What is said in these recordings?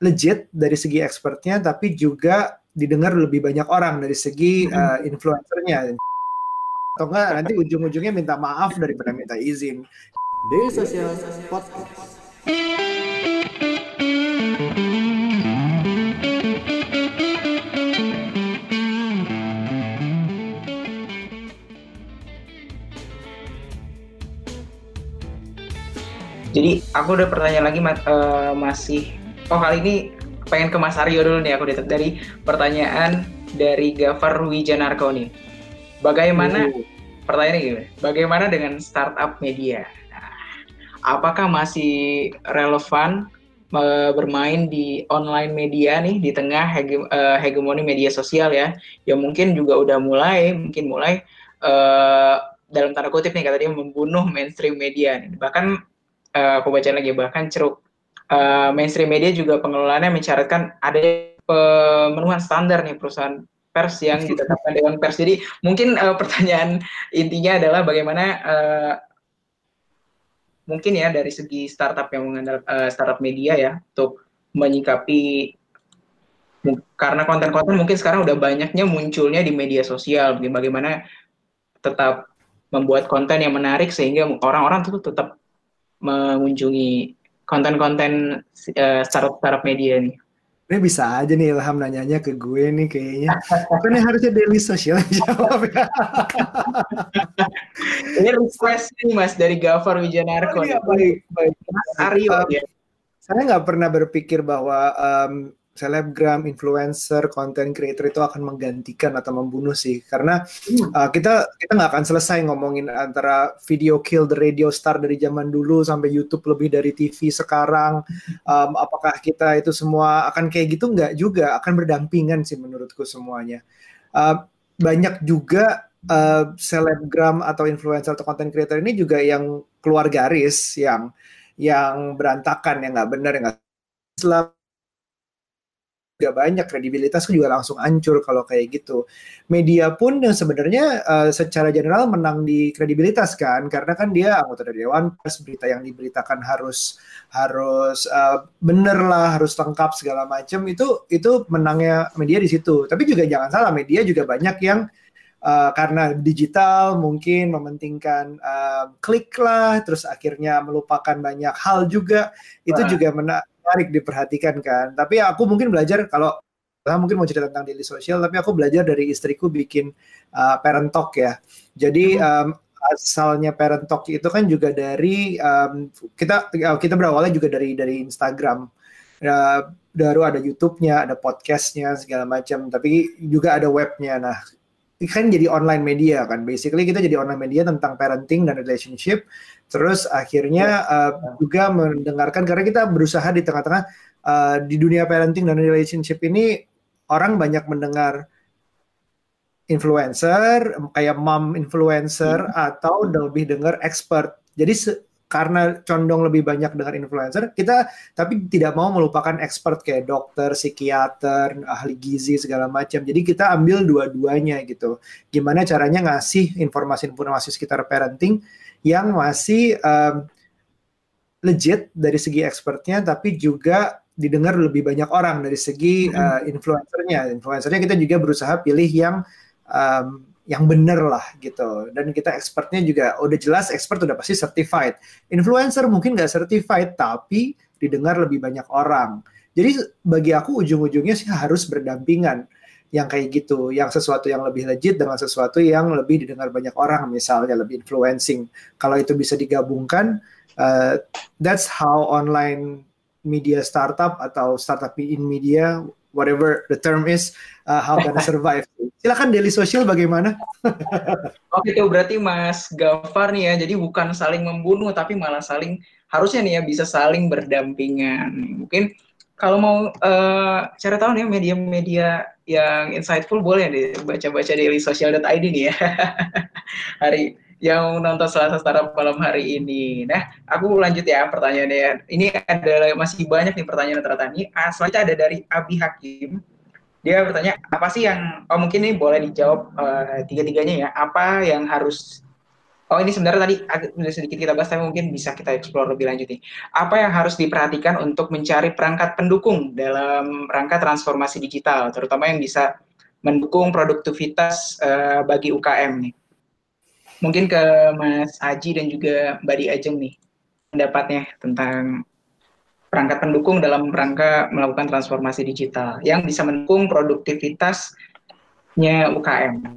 legit dari segi expertnya, tapi juga didengar lebih banyak orang dari segi influencernya. Atau enggak nanti ujung-ujungnya minta maaf daripada minta izin. Daily Social Podcast. Jadi aku udah pertanyaan lagi masih. Kali ini pengen ke Mas Aryo dulu nih, aku dari pertanyaan dari Gafar Wijanarko nih. Pertanyaannya gimana? Bagaimana dengan startup media? Nah, apakah masih relevan bermain di online media nih di tengah hegemoni media sosial ya, yang mungkin juga udah mulai dalam tanda kutip nih kata dia membunuh mainstream media nih. Bahkan aku baca lagi, bahkan ceruk mainstream media juga pengelolaannya mencaratkan ada pemenuhan standar nih perusahaan pers yang ditetapkan Dewan Pers. Jadi mungkin pertanyaan intinya adalah bagaimana mungkin ya dari segi startup yang mengandalkan startup media ya untuk menyikapi, karena konten-konten mungkin sekarang udah banyaknya munculnya di media sosial, bagaimana tetap membuat konten yang menarik sehingga orang-orang tuh tetap mengunjungi konten-konten startup media nih. Ini bisa aja nih Ilham nanyanya ke gue nih kayaknya. Kan harusnya Daily Social yang jawab ya. Ini request nih Mas dari Gafar Wijanarko. Oh, iya, baik. Mas Aryo ya. Saya nggak pernah berpikir bahwa selebgram, influencer, content creator itu akan menggantikan atau membunuh sih, karena kita nggak akan selesai ngomongin antara video kill the radio star dari zaman dulu sampai YouTube lebih dari TV sekarang. Apakah kita itu semua akan kayak gitu? Nggak juga, akan berdampingan sih menurutku semuanya. Banyak juga selebgram atau influencer atau content creator ini juga yang keluar garis, yang berantakan, yang nggak benar, yang nggak Islam, juga banyak, kredibilitasku juga langsung hancur kalau kayak gitu. Media pun yang sebenarnya secara general menang di kredibilitas kan, karena kan dia anggota dari Dewan Pers, berita yang diberitakan harus bener lah, harus lengkap segala macam, itu menangnya media di situ. Tapi juga jangan salah, media juga banyak yang karena digital mungkin mementingkan klik lah, terus akhirnya melupakan banyak hal juga. Itu juga menarik diperhatikan kan. Tapi aku mungkin belajar, kalau mungkin mau cerita tentang daily social, tapi aku belajar dari istriku bikin parent talk ya. Jadi asalnya parent talk itu kan juga dari kita berawalnya juga dari Instagram. Baru ada YouTube-nya, ada podcast-nya segala macam, tapi juga ada webnya. Nah, kan jadi online media kan, basically kita jadi online media tentang parenting dan relationship. Terus akhirnya juga mendengarkan, karena kita berusaha di tengah-tengah di dunia parenting dan relationship ini, orang banyak mendengar influencer kayak mom influencer atau lebih dengar expert. Jadi karena condong lebih banyak dengan influencer, kita tapi tidak mau melupakan expert kayak dokter, psikiater, ahli gizi segala macam. Jadi kita ambil dua-duanya gitu. Gimana caranya ngasih informasi-informasi sekitar parenting yang masih legit dari segi expertnya, tapi juga didengar lebih banyak orang dari segi influencernya. Influencernya kita juga berusaha pilih yang bener lah gitu, dan kita expertnya juga udah jelas, expert udah pasti certified. Influencer mungkin nggak certified tapi didengar lebih banyak orang. Jadi bagi aku ujung-ujungnya sih harus berdampingan yang kayak gitu, yang sesuatu yang lebih legit dengan sesuatu yang lebih didengar banyak orang, misalnya lebih influencing. Kalau itu bisa digabungkan, that's how online media startup atau startup in media, whatever the term is, how gonna survive. Silakan Daily Social bagaimana? Oke, itu berarti Mas Gafar nih ya, jadi bukan saling membunuh tapi malah harusnya nih ya bisa saling berdampingan. Mungkin kalau mau cari tahu nih media-media yang insightful, boleh deh baca-baca dailysocial.id nih ya. Hari yang nonton Selasa Startup malam hari ini. Nah, aku lanjut ya pertanyaannya. Ini ada masih banyak nih pertanyaan ternyata nih. Selanjutnya ada dari Abi Hakim. Dia bertanya, apa sih yang, mungkin ini boleh dijawab tiga-tiganya ya, apa yang harus Oh, ini sebenarnya tadi agak sedikit kita bahas, tapi mungkin bisa kita explore lebih lanjut nih. Apa yang harus diperhatikan untuk mencari perangkat pendukung dalam rangka transformasi digital, terutama yang bisa mendukung produktivitas bagi UKM nih? Mungkin ke Mas Aji dan juga Mbak Di Ajeng nih, pendapatnya tentang perangkat pendukung dalam rangka melakukan transformasi digital yang bisa mendukung produktivitasnya UKM.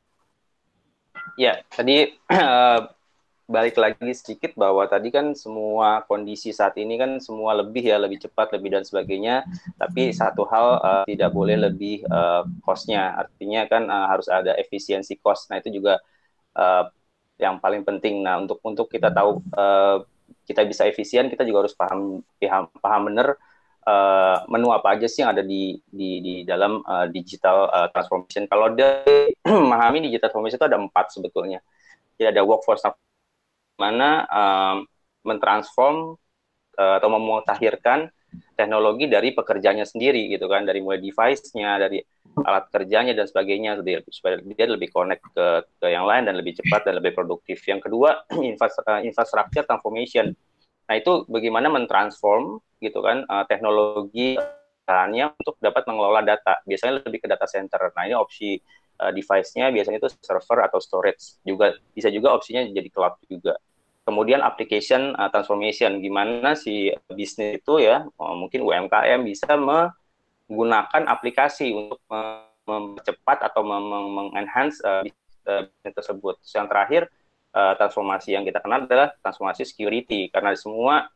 Ya, tadi balik lagi sedikit bahwa tadi kan semua kondisi saat ini kan semua lebih cepat, lebih dan sebagainya. Tapi satu hal tidak boleh lebih cost-nya. Artinya kan harus ada efisiensi cost. Nah, itu juga yang paling penting. Nah, untuk kita tahu kita bisa efisien, kita juga harus paham benar menu apa aja sih yang ada di dalam digital transformation. Kalau dari memahami digital transformation itu ada 4 sebetulnya. Jadi ada workforce mana mentransform atau memutakhirkan teknologi dari pekerjanya sendiri gitu kan, dari mulai device-nya, dari alat kerjanya dan sebagainya, supaya dia lebih connect ke yang lain dan lebih cepat dan lebih produktif. Yang kedua, infrastructure transformation. Nah, itu bagaimana mentransform gitu kan teknologi untuk dapat mengelola data. Biasanya lebih ke data center. Nah, ini opsi device-nya biasanya itu server atau storage. Juga bisa juga opsinya jadi cloud juga. Kemudian application transformation, gimana si bisnis itu ya, mungkin UMKM bisa menggunakan aplikasi untuk mempercepat atau mengenhance bisnis tersebut. Terus yang terakhir, transformasi yang kita kenal adalah transformasi security, karena semua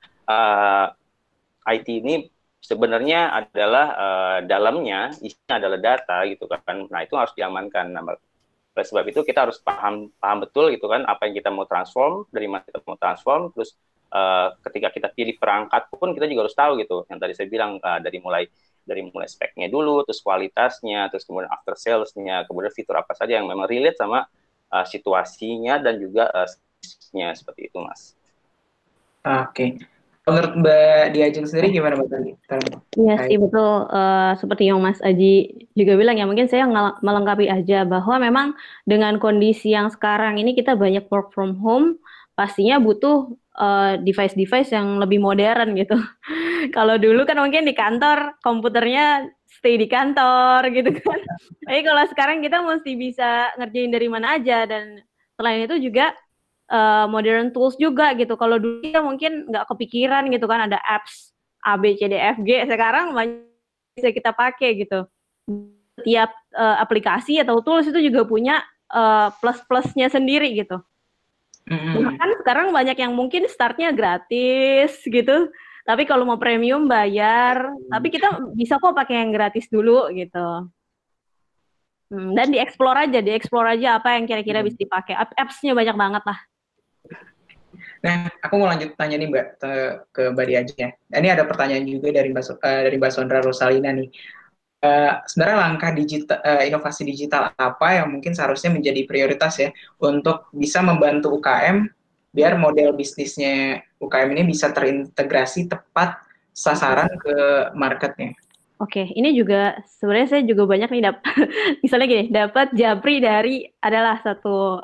IT ini sebenarnya adalah dalamnya isinya adalah data gitu kan. Nah, itu harus diamankan. Nah, oleh sebab itu kita harus paham betul gitu kan apa yang kita mau transform, dari mana kita mau transform, terus ketika kita pilih perangkat pun kita juga harus tahu gitu. Yang tadi saya bilang dari mulai speknya dulu, terus kualitasnya, terus kemudian after sales-nya, kemudian fitur apa saja yang memang relate sama situasinya dan juga seperti itu, Mas. Oke. Menurut Mbak Diajeng sendiri gimana Mbak tadi? Iya sih betul, seperti yang Mas Aji juga bilang ya, mungkin saya melengkapi aja bahwa memang dengan kondisi yang sekarang ini kita banyak work from home, pastinya butuh device-device yang lebih modern gitu. Kalau dulu kan mungkin di kantor komputernya stay di kantor gitu kan. Tapi kalau sekarang kita mesti bisa ngerjain dari mana aja, dan selain itu juga modern tools juga gitu. Kalau dulu ya mungkin nggak kepikiran gitu kan ada apps A, B, C, D, F, G. Sekarang banyak bisa kita pakai gitu. Setiap aplikasi atau tools itu juga punya plus-plusnya sendiri gitu. Bahkan sekarang banyak yang mungkin startnya gratis gitu. Tapi kalau mau premium bayar. Tapi kita bisa kok pakai yang gratis dulu gitu. Dan dieksplor aja apa yang kira-kira bisa dipakai. Apps-nya banyak banget lah. Nah, aku mau lanjut tanya nih Mbak ke Mbak Diajeng ya. Ini ada pertanyaan juga dari Mbak Sondra Rosalina nih. Sebenarnya langkah inovasi digital apa yang mungkin seharusnya menjadi prioritas ya untuk bisa membantu UKM biar model bisnisnya UKM ini bisa terintegrasi tepat sasaran ke marketnya. Oke, ini juga sebenarnya saya juga banyak nih misalnya gini, dapat japri dari adalah satu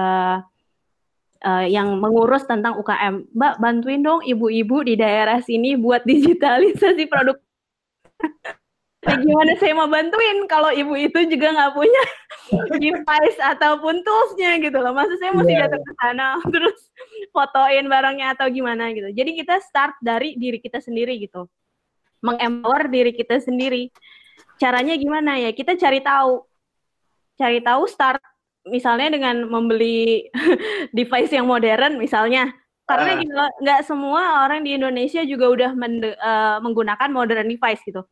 yang mengurus tentang UKM. Mbak, bantuin dong ibu-ibu di daerah sini buat digitalisasi produk. Gimana saya mau bantuin kalau ibu itu juga nggak punya device ataupun toolsnya gitu loh. Maksud saya mesti datang ke sana terus fotoin barangnya atau gimana gitu. Jadi kita start dari diri kita sendiri gitu. Mengempower diri kita sendiri. Caranya gimana ya? Kita cari tahu start misalnya dengan membeli device yang modern misalnya. Karena gitu, nggak semua orang di Indonesia juga udah menggunakan modern device gitu.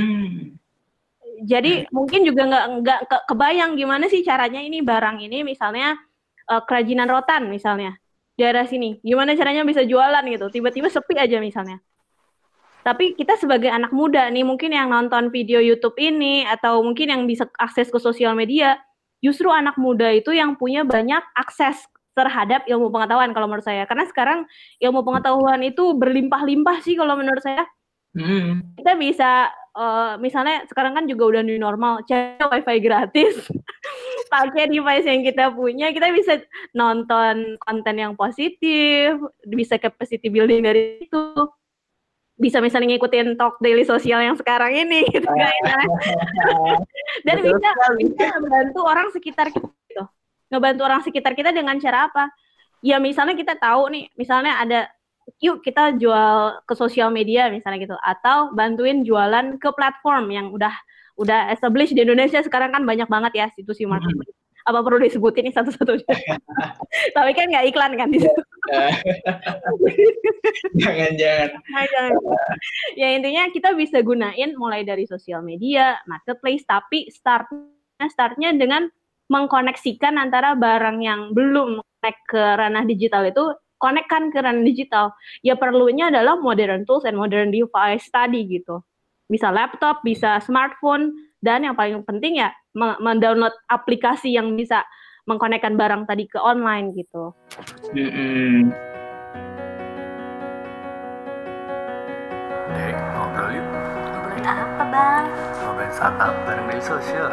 Jadi mungkin juga nggak kebayang gimana sih caranya ini barang ini misalnya kerajinan rotan misalnya daerah sini. Gimana caranya bisa jualan gitu? Tiba-tiba sepi aja misalnya. Tapi kita sebagai anak muda nih mungkin yang nonton video YouTube ini atau mungkin yang bisa akses ke sosial media, justru anak muda itu yang punya banyak akses terhadap ilmu pengetahuan kalau menurut saya. Karena sekarang ilmu pengetahuan itu berlimpah-limpah sih kalau menurut saya. Kita bisa, misalnya sekarang kan juga udah new normal, cari wifi gratis, pakai device yang kita punya, kita bisa nonton konten yang positif, bisa capacity building dari itu, bisa misalnya ngikutin talk daily sosial yang sekarang ini gitu kan ya. Dan bisa membantu orang sekitar kita gitu. Ngebantu orang sekitar kita dengan cara apa? Ya misalnya kita tahu nih, misalnya ada yuk kita jual ke sosial media misalnya gitu, atau bantuin jualan ke platform yang udah established di Indonesia sekarang kan banyak banget ya situs marketplace. Apa perlu disebutin nih satu-satunya? Tapi kan nggak iklan kan di situ. Jangan. Ya intinya kita bisa gunain mulai dari sosial media, marketplace, tapi startnya dengan mengkoneksikan antara barang yang belum connect ke ranah digital itu, connect-kan ke ranah digital. Ya perlunya adalah modern tools and modern device tadi gitu. Bisa laptop, bisa smartphone, dan yang paling penting ya mendownload aplikasi yang bisa mengkonekkan barang tadi ke online gitu. Dek, ngobrol yuk. Ngobrolin apa, Bang? Ngobrolin startup bareng Daily Social.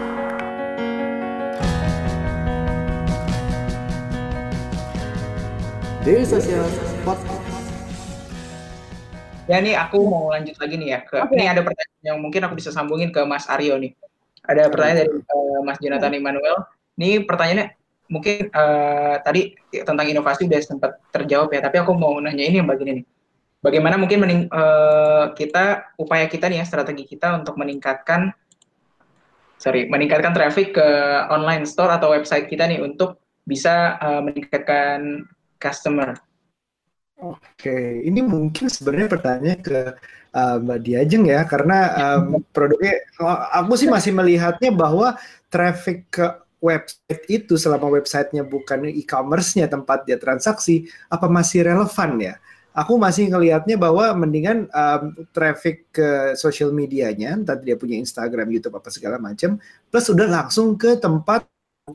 Daily Social Podcast. Ya nih aku mau lanjut lagi nih ya ini ada pertanyaan yang mungkin aku bisa sambungin ke Mas Aryo nih. Ada pertanyaan dari Mas Jonathan Immanuel. Ini pertanyaannya mungkin tadi tentang inovasi udah sempat terjawab ya, tapi aku mau nanya ini yang bagian ini. Bagaimana mungkin upaya kita nih ya, strategi kita untuk meningkatkan traffic ke online store atau website kita nih untuk bisa meningkatkan customer. Oke, ini mungkin sebenarnya pertanyaan ke Mbak Diajeng ya, karena produknya, aku sih masih melihatnya bahwa traffic ke website itu selama websitenya bukan e-commerce-nya tempat dia transaksi, apa masih relevan ya? Aku masih ngelihatnya bahwa mendingan traffic ke social medianya, entah dia punya Instagram, YouTube, apa segala macam, plus udah langsung ke tempat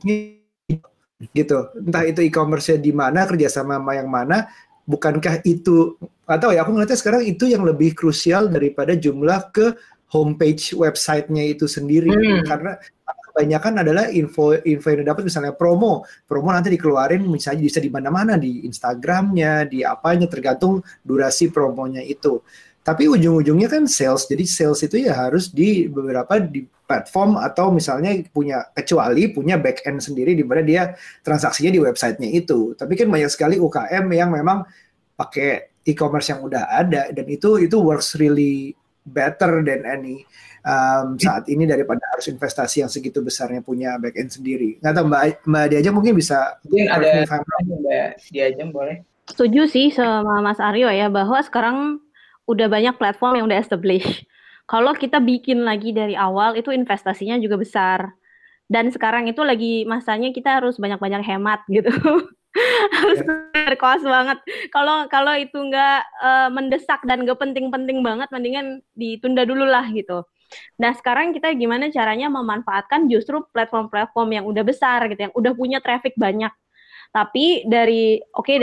gitu, entah itu e-commerce-nya di mana, kerjasama sama yang mana. Bukankah itu, atau ya aku ngeliatnya sekarang itu yang lebih krusial daripada jumlah ke homepage website-nya itu sendiri, karena kebanyakan adalah info yang dapat, misalnya promo nanti dikeluarin misalnya bisa di mana-mana, di Instagramnya, di apanya, tergantung durasi promonya itu. Tapi ujung-ujungnya kan sales, jadi sales itu ya harus di beberapa di platform atau misalnya punya back end sendiri di mana dia transaksinya di websitenya itu. Tapi kan banyak sekali UKM yang memang pakai e-commerce yang udah ada, dan itu works really better than any saat ini daripada harus investasi yang segitu besarnya punya back end sendiri. Nggak tahu Mbak Diajeng mungkin bisa. Mungkin ada Mbak Diajeng boleh. Setuju sih sama Mas Aryo ya, bahwa sekarang udah banyak platform yang udah established. Kalau kita bikin lagi dari awal, itu investasinya juga besar. Dan sekarang itu lagi masanya kita harus banyak-banyak hemat gitu. Harus berkos banget. Kalau itu nggak mendesak dan nggak penting-penting banget, mendingan ditunda dulu lah gitu. Nah sekarang kita gimana caranya memanfaatkan justru platform-platform yang udah besar gitu, yang udah punya traffic banyak. Tapi dari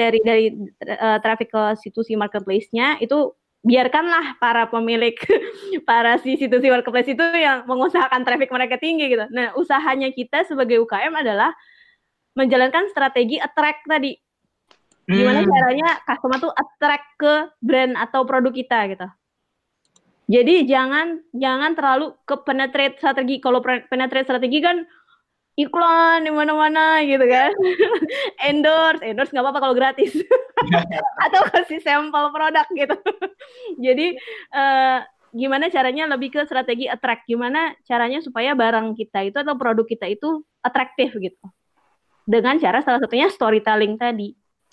traffic ke situs marketplace-nya itu biarkanlah para pemilik para situs marketplace itu yang mengusahakan traffic mereka tinggi gitu. Nah, usahanya kita sebagai UKM adalah menjalankan strategi attract tadi. Gimana caranya customer tuh attract ke brand atau produk kita gitu. Jadi jangan terlalu ke penetrate strategi. Kalau penetrate strategi kan iklan di mana-mana gitu kan. endorse nggak apa-apa kalau gratis. Atau kasih sampel produk gitu. Jadi gimana caranya lebih ke strategi attract, gimana caranya supaya barang kita itu atau produk kita itu atraktif gitu, dengan cara salah satunya storytelling tadi,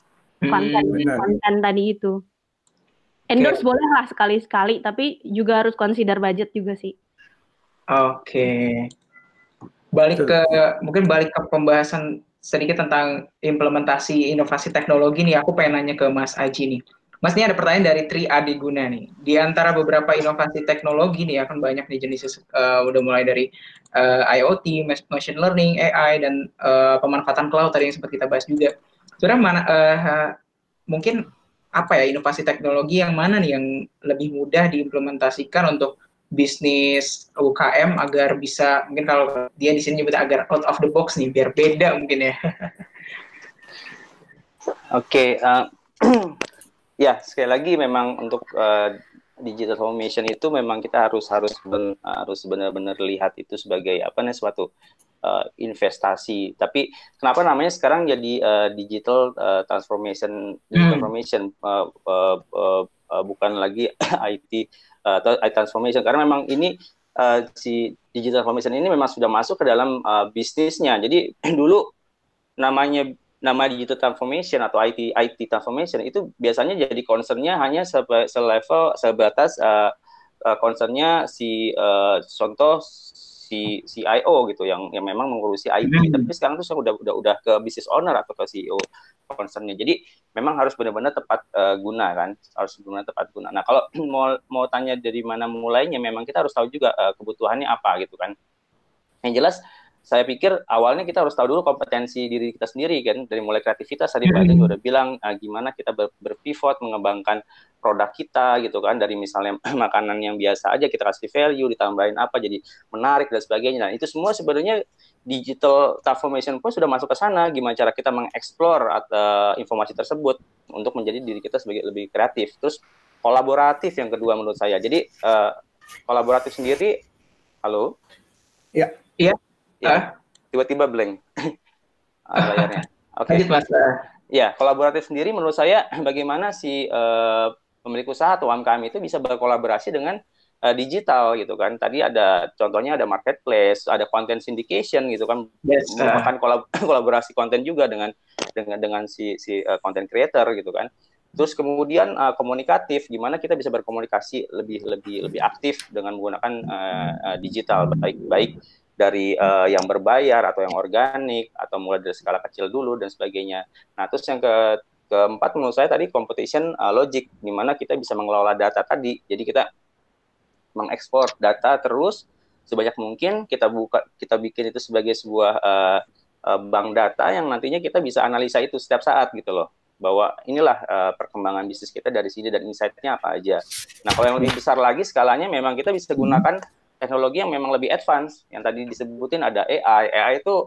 konten tadi itu. Endorse boleh lah sekali-sekali, tapi juga harus consider budget juga sih. Oke. Balik ke pembahasan sedikit tentang implementasi inovasi teknologi nih, aku pengen nanya ke Mas Aji nih. Mas, ini ada pertanyaan dari Tri Adiguna nih. Di antara beberapa inovasi teknologi nih, akan banyak nih jenisnya, udah mulai dari IoT, machine learning, AI, dan pemanfaatan cloud tadi yang sempat kita bahas juga. Sebenarnya mungkin apa ya inovasi teknologi yang mana nih yang lebih mudah diimplementasikan untuk bisnis UKM agar bisa, mungkin kalau dia di sini nyebutnya agar out of the box nih, biar beda mungkin ya. Oke, ya sekali lagi memang untuk digital transformation itu memang kita harus benar-benar lihat itu sebagai suatu investasi. Tapi kenapa namanya sekarang jadi digital transformation, bukan lagi IT atau IT transformation, karena memang ini si digital transformation ini memang sudah masuk ke dalam bisnisnya. Jadi dulu nama digital transformation atau IT transformation itu biasanya jadi concernnya hanya sebatas concernnya contoh si CIO gitu yang memang mengurusi IT. Tapi sekarang tuh udah ke business owner atau ke CEO concernnya. Jadi memang harus benar-benar tepat guna kan, harus benar-benar tepat guna. Nah kalau mau tanya dari mana mulainya, memang kita harus tahu juga kebutuhannya apa gitu kan. Yang jelas saya pikir awalnya kita harus tahu dulu kompetensi diri kita sendiri kan, dari mulai kreativitas tadi Pak Ajeng udah bilang gimana kita berpivot mengembangkan produk kita gitu kan, dari misalnya makanan yang biasa aja kita kasih value, ditambahin apa jadi menarik dan sebagainya. Nah itu semua sebenarnya digital transformation pun sudah masuk ke sana, gimana cara kita mengeksplor informasi tersebut untuk menjadi diri kita sebagai lebih kreatif. Terus kolaboratif yang kedua menurut saya. Jadi kolaboratif sendiri, halo? Ya. Ya, tiba-tiba blank layarnya. Oke. Ya, kolaboratif sendiri menurut saya bagaimana si pemilik usaha atau UMKM itu bisa berkolaborasi dengan digital gitu kan. Tadi ada contohnya ada marketplace, ada content syndication gitu kan. Merupakan kolaborasi konten juga dengan si content creator gitu kan. Terus kemudian komunikatif, gimana kita bisa berkomunikasi lebih aktif dengan menggunakan digital, baik dari yang berbayar atau yang organik atau mulai dari skala kecil dulu dan sebagainya. Nah, terus yang keempat menurut saya tadi competition logic, di mana kita bisa mengelola data tadi. Jadi kita mengekspor data terus sebanyak mungkin, kita bikin itu sebagai sebuah bank data yang nantinya kita bisa analisa itu setiap saat gitu loh. Bahwa inilah perkembangan bisnis kita dari sini dan insight-nya apa aja. Nah, kalau yang lebih besar lagi skalanya memang kita bisa gunakan teknologi yang memang lebih advance. Yang tadi disebutin ada AI itu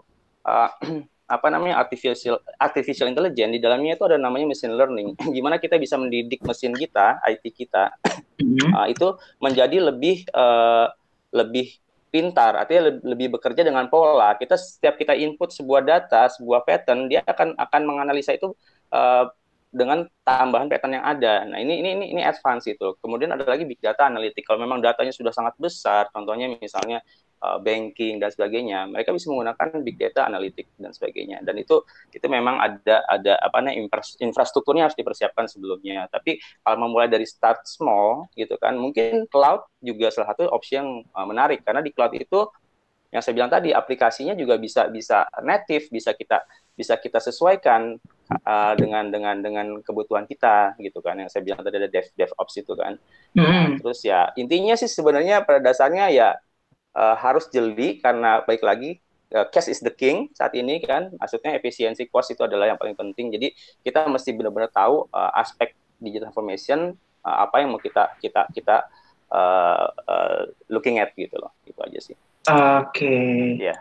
artificial intelligence, di dalamnya itu ada namanya machine learning. Gimana kita bisa mendidik mesin kita, IT kita, itu menjadi lebih pintar, artinya lebih bekerja dengan pola. Setiap kita input sebuah data, sebuah pattern, dia akan menganalisa itu dengan tambahan pattern yang ada. Nah, ini advance itu. Kemudian ada lagi big data analytic. Kalau memang datanya sudah sangat besar, contohnya misalnya banking dan sebagainya, mereka bisa menggunakan big data analytic dan sebagainya. Dan itu memang ada infrastrukturnya harus dipersiapkan sebelumnya. Tapi kalau memulai dari start small gitu kan, mungkin cloud juga salah satu opsi yang menarik, karena di cloud itu yang saya bilang tadi, aplikasinya juga bisa native, bisa kita sesuaikan dengan kebutuhan kita gitu kan. Yang saya bilang tadi ada DevOps itu kan. Terus ya intinya sih sebenarnya pada dasarnya ya harus jeli, karena baik lagi cash is the king saat ini kan. Maksudnya efisiensi cost itu adalah yang paling penting. Jadi kita mesti benar-benar tahu aspek digital transformation apa yang mau kita looking at gitu loh. Itu aja sih. Oke. Ya.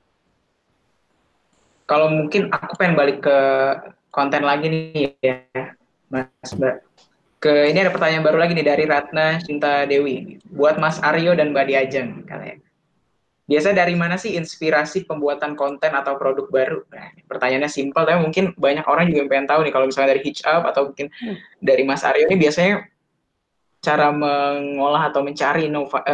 Kalau mungkin aku pengen balik ke konten lagi nih ya, Mas Mbak. Ini ada pertanyaan baru lagi nih dari Ratna Cinta Dewi. Buat Mas Aryo dan Mbak Diajeng katanya. Biasa dari mana sih inspirasi pembuatan konten atau produk baru? Nah, pertanyaannya simpel, tapi mungkin banyak orang juga pengen tahu nih, kalau misalnya dari Hitch Up atau mungkin dari Mas Aryo ini biasanya cara mengolah atau mencari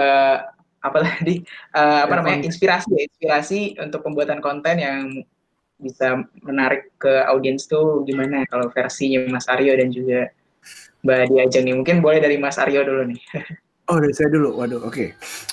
inspirasi untuk pembuatan konten yang bisa menarik ke audiens tuh gimana kalau versinya Mas Aryo dan juga Mbak Diajeng nih? Mungkin boleh dari Mas Aryo dulu nih. Oh, dari saya dulu. Waduh, oke.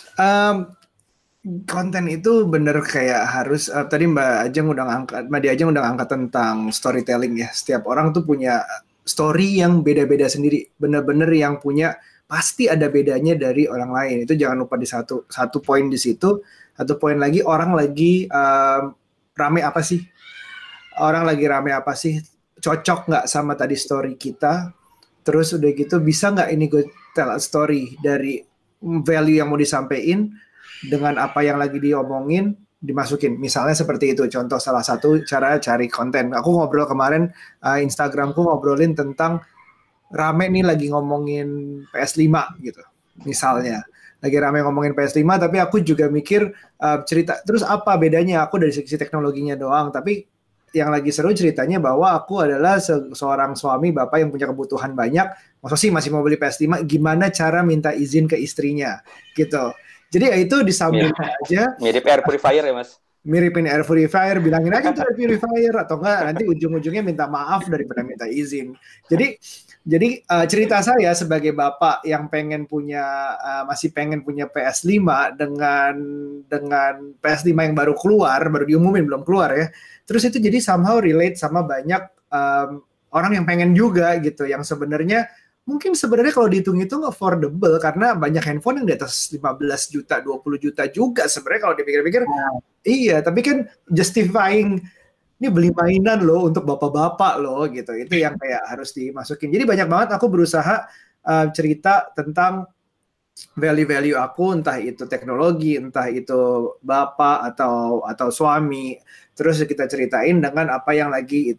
Konten itu bener kayak harus tadi Mbak Diajeng udah ngangkat tentang storytelling ya. Setiap orang tuh punya story yang beda-beda sendiri. Bener-bener yang punya pasti ada bedanya dari orang lain. Itu jangan lupa di satu poin di situ. Satu poin lagi, orang lagi rame apa sih? Orang lagi rame apa sih? Cocok nggak sama tadi story kita? Terus udah gitu bisa nggak ini gue tell a story dari value yang mau disampaikan dengan apa yang lagi diomongin dimasukin. Misalnya seperti itu, contoh salah satu cara cari konten. Aku ngobrol kemarin, Instagramku ngobrolin tentang rame nih lagi ngomongin PS5 gitu, misalnya. Lagi rame ngomongin PS5, tapi aku juga mikir cerita, terus apa bedanya aku dari sisi teknologinya doang, tapi yang lagi seru ceritanya bahwa aku adalah seorang suami bapak yang punya kebutuhan banyak, maksudnya sih masih mau beli PS5, gimana cara minta izin ke istrinya, gitu. Jadi ya itu disambung aja. Mirip air purifier ya Mas? Miripin air purifier, bilangin aja itu air purifier, atau enggak nanti ujung-ujungnya minta maaf daripada minta izin. Jadi cerita saya sebagai bapak yang pengen punya masih pengen punya PS5 dengan PS5 yang baru keluar, baru diumumin belum keluar ya. Terus itu jadi somehow relate sama banyak orang yang pengen juga gitu, yang sebenarnya mungkin sebenarnya kalau dihitung-hitung affordable karena banyak handphone yang di atas 15 juta, 20 juta juga sebenarnya kalau dipikir-pikir. Iya, tapi kan justifying ini beli mainan loh untuk bapak-bapak loh gitu. Itu yang kayak harus dimasukin. Jadi banyak banget aku berusaha cerita tentang value-value aku, entah itu teknologi, entah itu bapak atau suami. Terus kita ceritain dengan apa yang lagi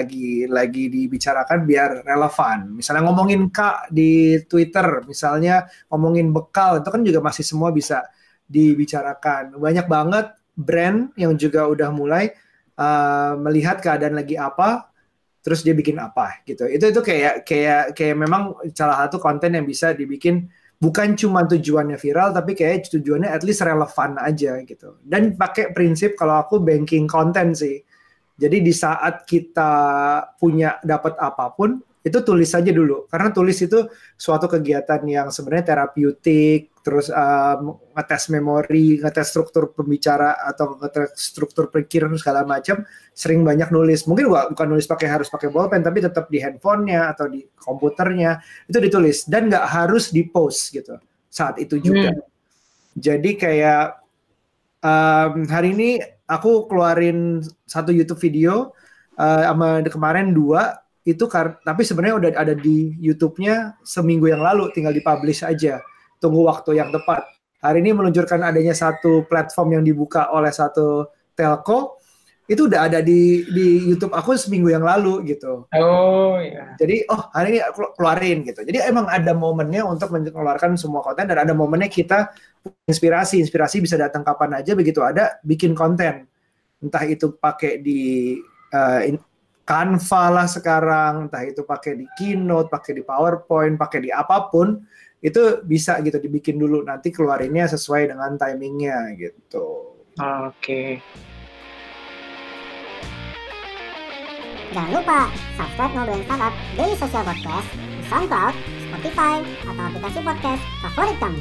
dibicarakan biar relevan. Misalnya ngomongin Kak di Twitter, misalnya ngomongin bekal, itu kan juga masih semua bisa dibicarakan. Banyak banget brand yang juga udah mulai melihat keadaan lagi apa, terus dia bikin apa gitu. Itu kayak memang salah satu konten yang bisa dibikin bukan cuma tujuannya viral, tapi kayak tujuannya at least relevan aja gitu. Dan pakai prinsip kalau aku banking konten sih. Jadi di saat kita punya dapat apapun, itu tulis saja dulu. Karena tulis itu suatu kegiatan yang sebenarnya terapeutik, terus ngetes memori, ngetes struktur pembicara atau ngetes struktur pikiran segala macam, sering banyak nulis. Mungkin bukan nulis harus pakai bolpen, tapi tetap di handphonenya atau di komputernya itu ditulis dan nggak harus di post gitu saat itu juga. Jadi kayak hari ini aku keluarin satu YouTube video sama kemarin 2 itu tapi sebenarnya udah ada di YouTube-nya seminggu yang lalu, tinggal dipublish aja. Tunggu waktu yang tepat. Hari ini meluncurkan adanya satu platform yang dibuka oleh satu telco, itu udah ada di YouTube aku seminggu yang lalu gitu. Oh iya. Jadi hari ini aku keluarin gitu. Jadi emang ada momennya untuk mengeluarkan semua konten dan ada momennya kita inspirasi bisa datang kapan aja, begitu ada bikin konten. Entah itu pakai di Canva lah sekarang, entah itu pakai di Keynote, pakai di PowerPoint, pakai di apapun, itu bisa gitu dibikin dulu, nanti keluarinnya sesuai dengan timingnya gitu. Oke. Jangan lupa subscribe Ngobrolin Startup Daily Social Podcast di SoundCloud, Spotify, atau aplikasi podcast favorit kamu.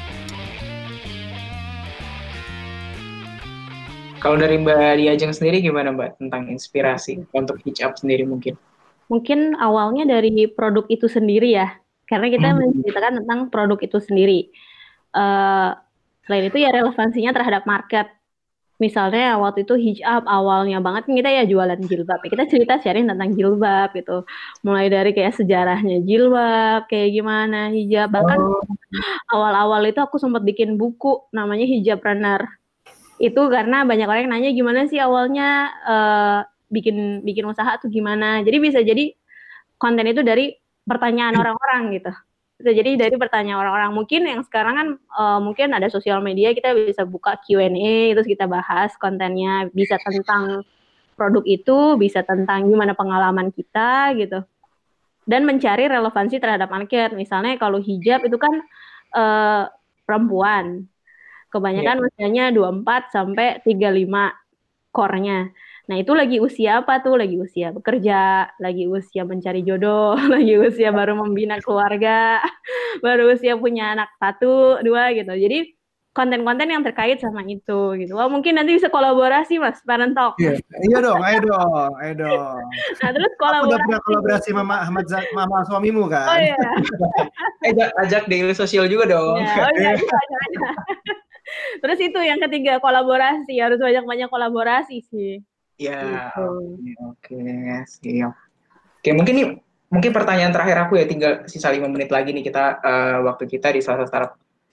Kalau dari Mbak Diajeng sendiri gimana Mbak tentang inspirasi untuk Hitch Up sendiri mungkin? Mungkin awalnya dari produk itu sendiri ya, karena kita menceritakan tentang produk itu sendiri. Selain itu ya relevansinya terhadap market. Misalnya waktu itu Hitch Up awalnya banget kita ya jualan jilbab. Kita cerita sharing tentang jilbab gitu. Mulai dari kayak sejarahnya jilbab, kayak gimana hijab. Bahkan awal-awal itu aku sempat bikin buku namanya Hijab Runner. Itu karena banyak orang yang nanya gimana sih awalnya bikin usaha tuh gimana. Jadi bisa jadi konten itu dari pertanyaan orang-orang gitu. Bisa jadi dari pertanyaan orang-orang. Mungkin yang sekarang kan mungkin ada sosial media, kita bisa buka Q&A, terus kita bahas kontennya. Bisa tentang produk itu, bisa tentang gimana pengalaman kita gitu. Dan mencari relevansi terhadap market. Misalnya kalau hijab itu kan perempuan. Kebanyakan usianya 24 sampai 35 core-nya. Nah, itu lagi usia apa tuh? Lagi usia bekerja, lagi usia mencari jodoh, lagi usia baru membina keluarga, baru usia punya anak 1, 2 gitu. Jadi konten-konten yang terkait sama itu gitu. Wah, mungkin nanti bisa kolaborasi Mas, Parent Talk. Iya dong, ayo dong. Nah, terus kolaborasi. Aku udah pernah kolaborasi mama suamimu kan. Oh iya. Ajak Daily Social juga dong. Ya, ajak. Terus itu yang ketiga, kolaborasi. Harus banyak-banyak kolaborasi sih. Ya, oke, siap. Oke, mungkin pertanyaan terakhir aku ya, tinggal sisa 5 menit lagi nih kita waktu kita di Selasa Startup.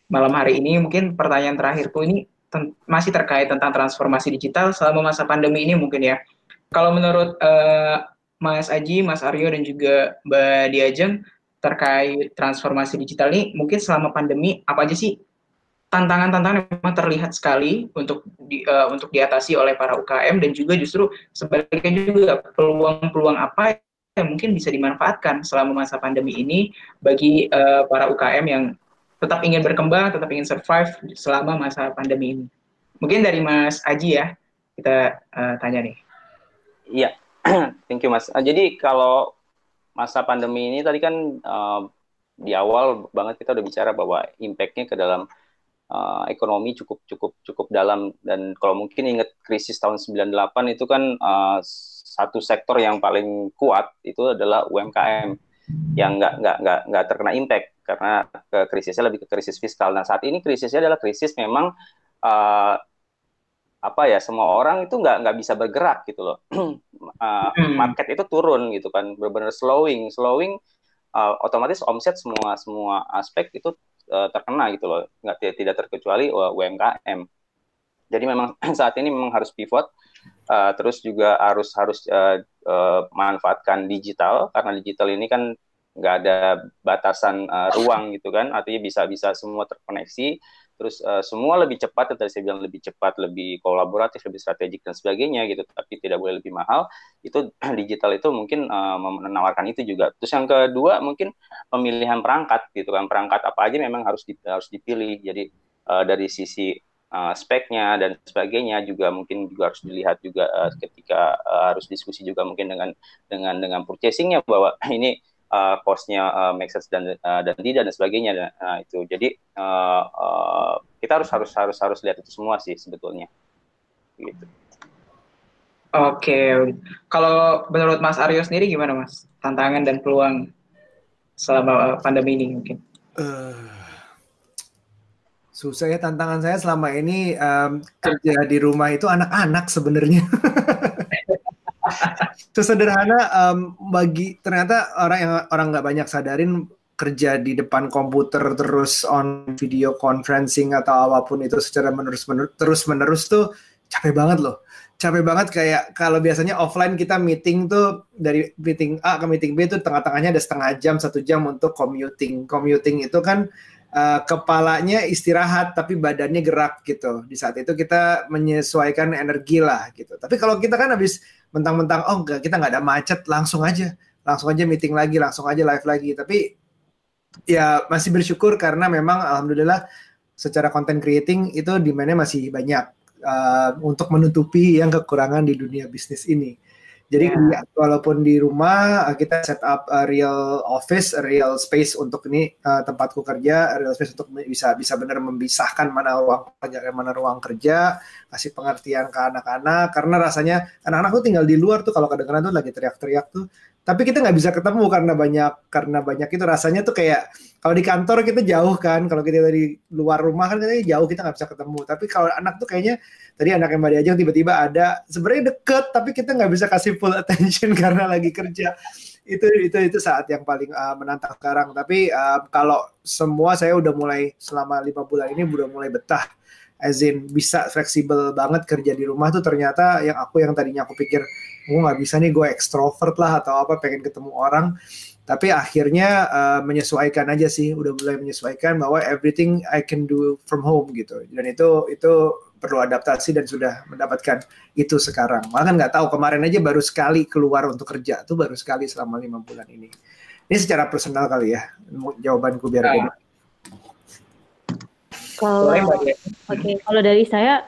malam hari ini. Mungkin pertanyaan terakhirku ini masih terkait tentang transformasi digital selama masa pandemi ini mungkin ya. Kalau menurut Mas Aji, Mas Aryo, dan juga Mbak Diajeng terkait transformasi digital ini, mungkin selama pandemi apa aja sih tantangan-tantangan yang memang terlihat sekali untuk diatasi oleh para UKM, dan juga justru sebaliknya juga peluang-peluang apa yang mungkin bisa dimanfaatkan selama masa pandemi ini bagi para UKM yang tetap ingin berkembang, tetap ingin survive selama masa pandemi ini. Mungkin dari Mas Aji ya, kita tanya nih. Iya, thank you Mas. Jadi kalau masa pandemi ini tadi kan di awal banget kita udah bicara bahwa impact-nya ke dalam ekonomi cukup dalam, dan kalau mungkin ingat krisis tahun 98 itu kan satu sektor yang paling kuat itu adalah UMKM yang nggak terkena impact karena krisisnya lebih ke krisis fiskal. Nah saat ini krisisnya adalah krisis memang semua orang itu nggak bisa bergerak gitu loh. Market itu turun gitu kan, benar-benar slowing, otomatis omset semua aspek itu terkena gitu loh, tidak terkecuali UMKM. Jadi memang saat ini memang harus pivot, terus juga harus manfaatkan digital, karena digital ini kan nggak ada batasan ruang gitu kan, artinya bisa semua terkoneksi, terus semua lebih cepat, tadi saya bilang lebih cepat, lebih kolaboratif, lebih strategik dan sebagainya gitu, tapi tidak boleh lebih mahal. Itu digital itu mungkin menawarkan itu juga. Terus yang kedua mungkin pemilihan perangkat gitu kan, perangkat apa aja memang harus dipilih. Jadi dari sisi speknya dan sebagainya juga mungkin juga harus dilihat juga ketika harus diskusi juga mungkin dengan purchasingnya bahwa ini cost-nya make sense dan tidak dan sebagainya. Nah, itu jadi kita harus lihat itu semua sih sebetulnya gitu. Oke, kalau menurut Mas Aryo sendiri gimana Mas, tantangan dan peluang selama pandemi ini mungkin? Susah ya, tantangan saya selama ini kerja di rumah itu anak-anak sebenarnya. Sesederhana bagi ternyata orang nggak banyak sadarin kerja di depan komputer terus on video conferencing atau apapun itu secara terus-menerus tuh capek banget loh. Capek banget, kayak kalau biasanya offline kita meeting tuh dari meeting A ke meeting B tuh tengah-tengahnya ada setengah jam, 1 jam untuk commuting. Commuting itu kan kepalanya istirahat tapi badannya gerak gitu. Di saat itu kita menyesuaikan energi lah gitu. Tapi kalau kita kan habis mentang-mentang enggak, kita nggak ada macet, langsung aja meeting lagi, langsung aja live lagi. Tapi ya masih bersyukur karena memang alhamdulillah secara content creating itu demand-nya masih banyak untuk menutupi yang kekurangan di dunia bisnis ini. Jadi walaupun di rumah kita set up a real office, a real space untuk ini tempatku kerja, real space untuk bisa benar memisahkan mana ruang pelajaran, mana ruang kerja, kasih pengertian ke anak-anak, karena rasanya anak-anak tuh tinggal di luar tuh kalau kedengeran tuh lagi teriak-teriak tuh, tapi kita nggak bisa ketemu karena banyak itu rasanya tuh kayak kalau di kantor kita jauh kan, kalau kita dari luar rumah kan kita jauh, kita nggak bisa ketemu. Tapi kalau anak tuh kayaknya tadi anak yang Mbak Diajeng tiba-tiba ada, sebenarnya deket tapi kita nggak bisa kasih full attention karena lagi kerja. Itu saat yang paling menantang sekarang. Tapi kalau semua saya udah mulai selama 5 bulan ini udah mulai betah, as in bisa fleksibel banget kerja di rumah tuh. Ternyata yang tadinya aku pikir gue nggak bisa nih, gue ekstrovert lah atau apa, pengen ketemu orang, tapi akhirnya menyesuaikan aja sih, udah mulai menyesuaikan bahwa everything I can do from home gitu, dan itu perlu adaptasi dan sudah mendapatkan itu sekarang. Malah kan nggak tahu, kemarin aja baru sekali keluar untuk kerja tuh, baru sekali selama 5 bulan ini. Ini secara personal kali ya jawabanku biar beda. Kalau dari saya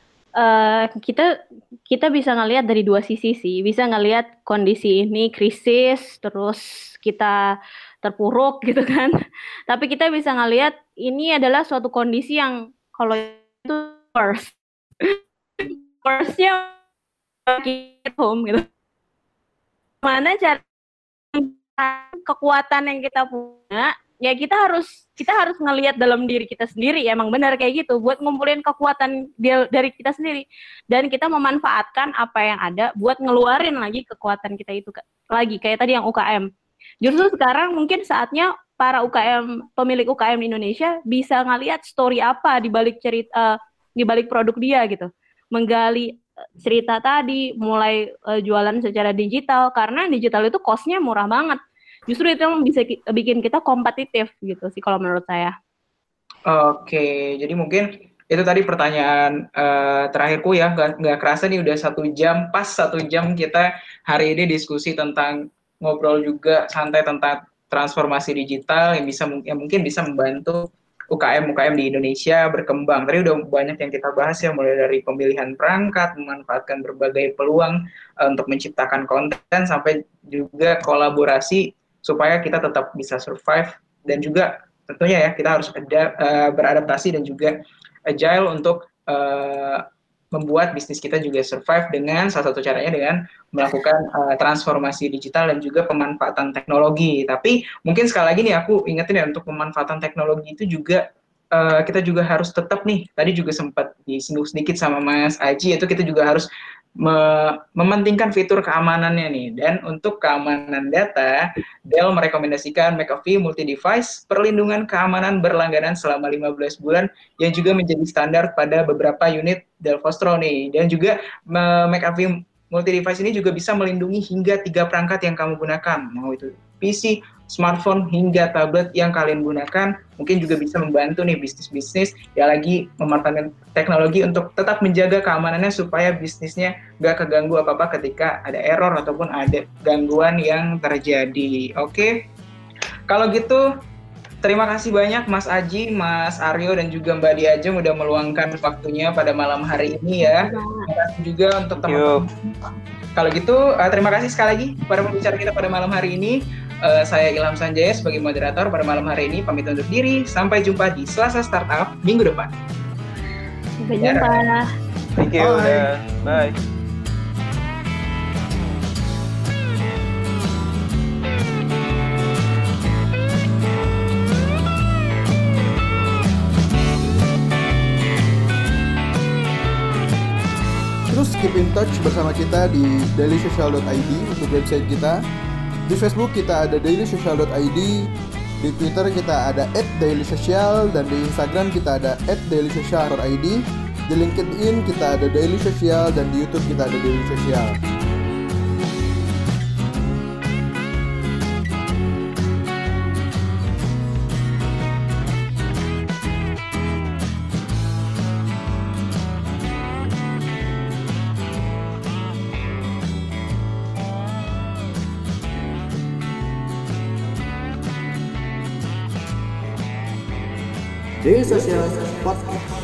kita bisa ngelihat dari dua sisi sih. Bisa ngelihat kondisi ini krisis, terus kita terpuruk gitu kan. Tapi kita bisa ngelihat ini adalah suatu kondisi yang kalau itu worst. Worst-nya home gitu. Mana cara kekuatan yang kita punya, ya kita harus ngelihat dalam diri kita sendiri. Emang benar kayak gitu, buat ngumpulin kekuatan dari kita sendiri, dan kita memanfaatkan apa yang ada buat ngeluarin lagi kekuatan kita itu lagi, kayak tadi yang UKM. Justru sekarang mungkin saatnya para UKM, pemilik UKM di Indonesia bisa ngelihat story apa di balik cerita, di balik produk dia gitu. Menggali cerita tadi, mulai jualan secara digital, karena digital itu cost-nya murah banget. Justru itu yang bisa bikin kita kompetitif gitu sih kalau menurut saya. Oke, jadi mungkin itu tadi pertanyaan terakhirku ya, nggak kerasa nih udah 1 jam, pas 1 jam kita hari ini diskusi tentang ngobrol juga santai tentang transformasi digital yang mungkin bisa membantu UKM di Indonesia berkembang. Tadi udah banyak yang kita bahas ya, mulai dari pemilihan perangkat, memanfaatkan berbagai peluang untuk menciptakan konten, sampai juga kolaborasi supaya kita tetap bisa survive, dan juga tentunya ya kita harus beradaptasi dan juga agile untuk membuat bisnis kita juga survive dengan salah satu caranya dengan melakukan transformasi digital dan juga pemanfaatan teknologi. Tapi mungkin sekali lagi nih aku ingetin ya, untuk pemanfaatan teknologi itu juga kita juga harus tetap nih, tadi juga sempat disinggung sedikit sama Mas Aji, itu kita juga harus mementingkan fitur keamanannya nih. Dan untuk keamanan data, Dell merekomendasikan McAfee Multi-Device Perlindungan Keamanan Berlangganan selama 15 bulan yang juga menjadi standar pada beberapa unit Dell Vostro nih. Dan juga McAfee Multi-Device ini juga bisa melindungi hingga 3 perangkat yang kamu gunakan, mau itu PC, smartphone, hingga tablet yang kalian gunakan. Mungkin juga bisa membantu nih bisnis-bisnis yang lagi memanfaatkan teknologi untuk tetap menjaga keamanannya supaya bisnisnya nggak keganggu apa-apa ketika ada error ataupun ada gangguan yang terjadi. Oke, kalau gitu terima kasih banyak Mas Aji, Mas Aryo, dan juga Mbak Diajeng udah meluangkan waktunya pada malam hari ini ya. Terima kasih juga untuk teman-teman. Kalau gitu terima kasih sekali lagi para pembicara kita pada malam hari ini. Saya Ilham Sanjaya sebagai moderator pada malam hari ini pamit undur diri. Sampai jumpa di Selasa Startup minggu depan. Sampai jumpa. Thank you. Bye. Terus keep in touch bersama kita di dailysocial.id untuk website kita. Di Facebook kita ada dailysocial.id, di Twitter kita ada @dailysocial, dan di Instagram kita ada @dailysocial.id. Di LinkedIn kita ada Daily Social, dan di YouTube kita ada Daily Social. Daily Social Podcast.